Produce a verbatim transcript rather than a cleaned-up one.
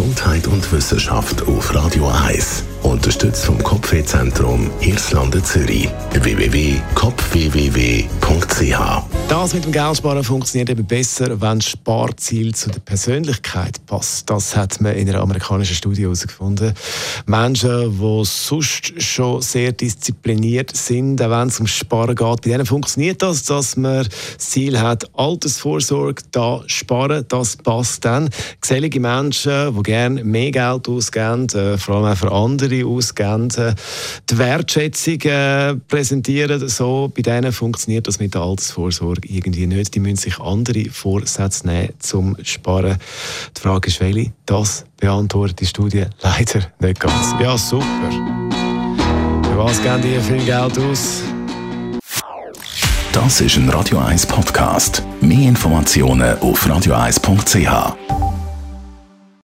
Gesundheit und Wissenschaft auf Radio eins. Unterstützt vom Kopfwehzentrum Irlande Zürich. w w w punkt kopf w w w punkt c h. Das mit dem Geldsparen funktioniert eben besser, wenn das Sparziel zu der Persönlichkeit passt. Das hat man in einer amerikanischen Studie herausgefunden. Menschen, die sonst schon sehr diszipliniert sind, auch wenn es ums Sparen geht, bei denen funktioniert das, dass man das Ziel hat, Altersvorsorge, da sparen, das passt dann. Gesellige Menschen, die gerne mehr Geld ausgeben, äh, vor allem auch für andere ausgeben, äh, die Wertschätzung äh, präsentieren, so, bei denen funktioniert das mit der Altersvorsorge irgendwie nicht. Die müssen sich andere Vorsätze nehmen zum Sparen. Die Frage ist, welche? Das beantwortet die Studie leider nicht ganz. Ja, super. Für was geben die viel Geld aus? Das ist ein Radio eins Podcast. Mehr Informationen auf radio eins punkt c h.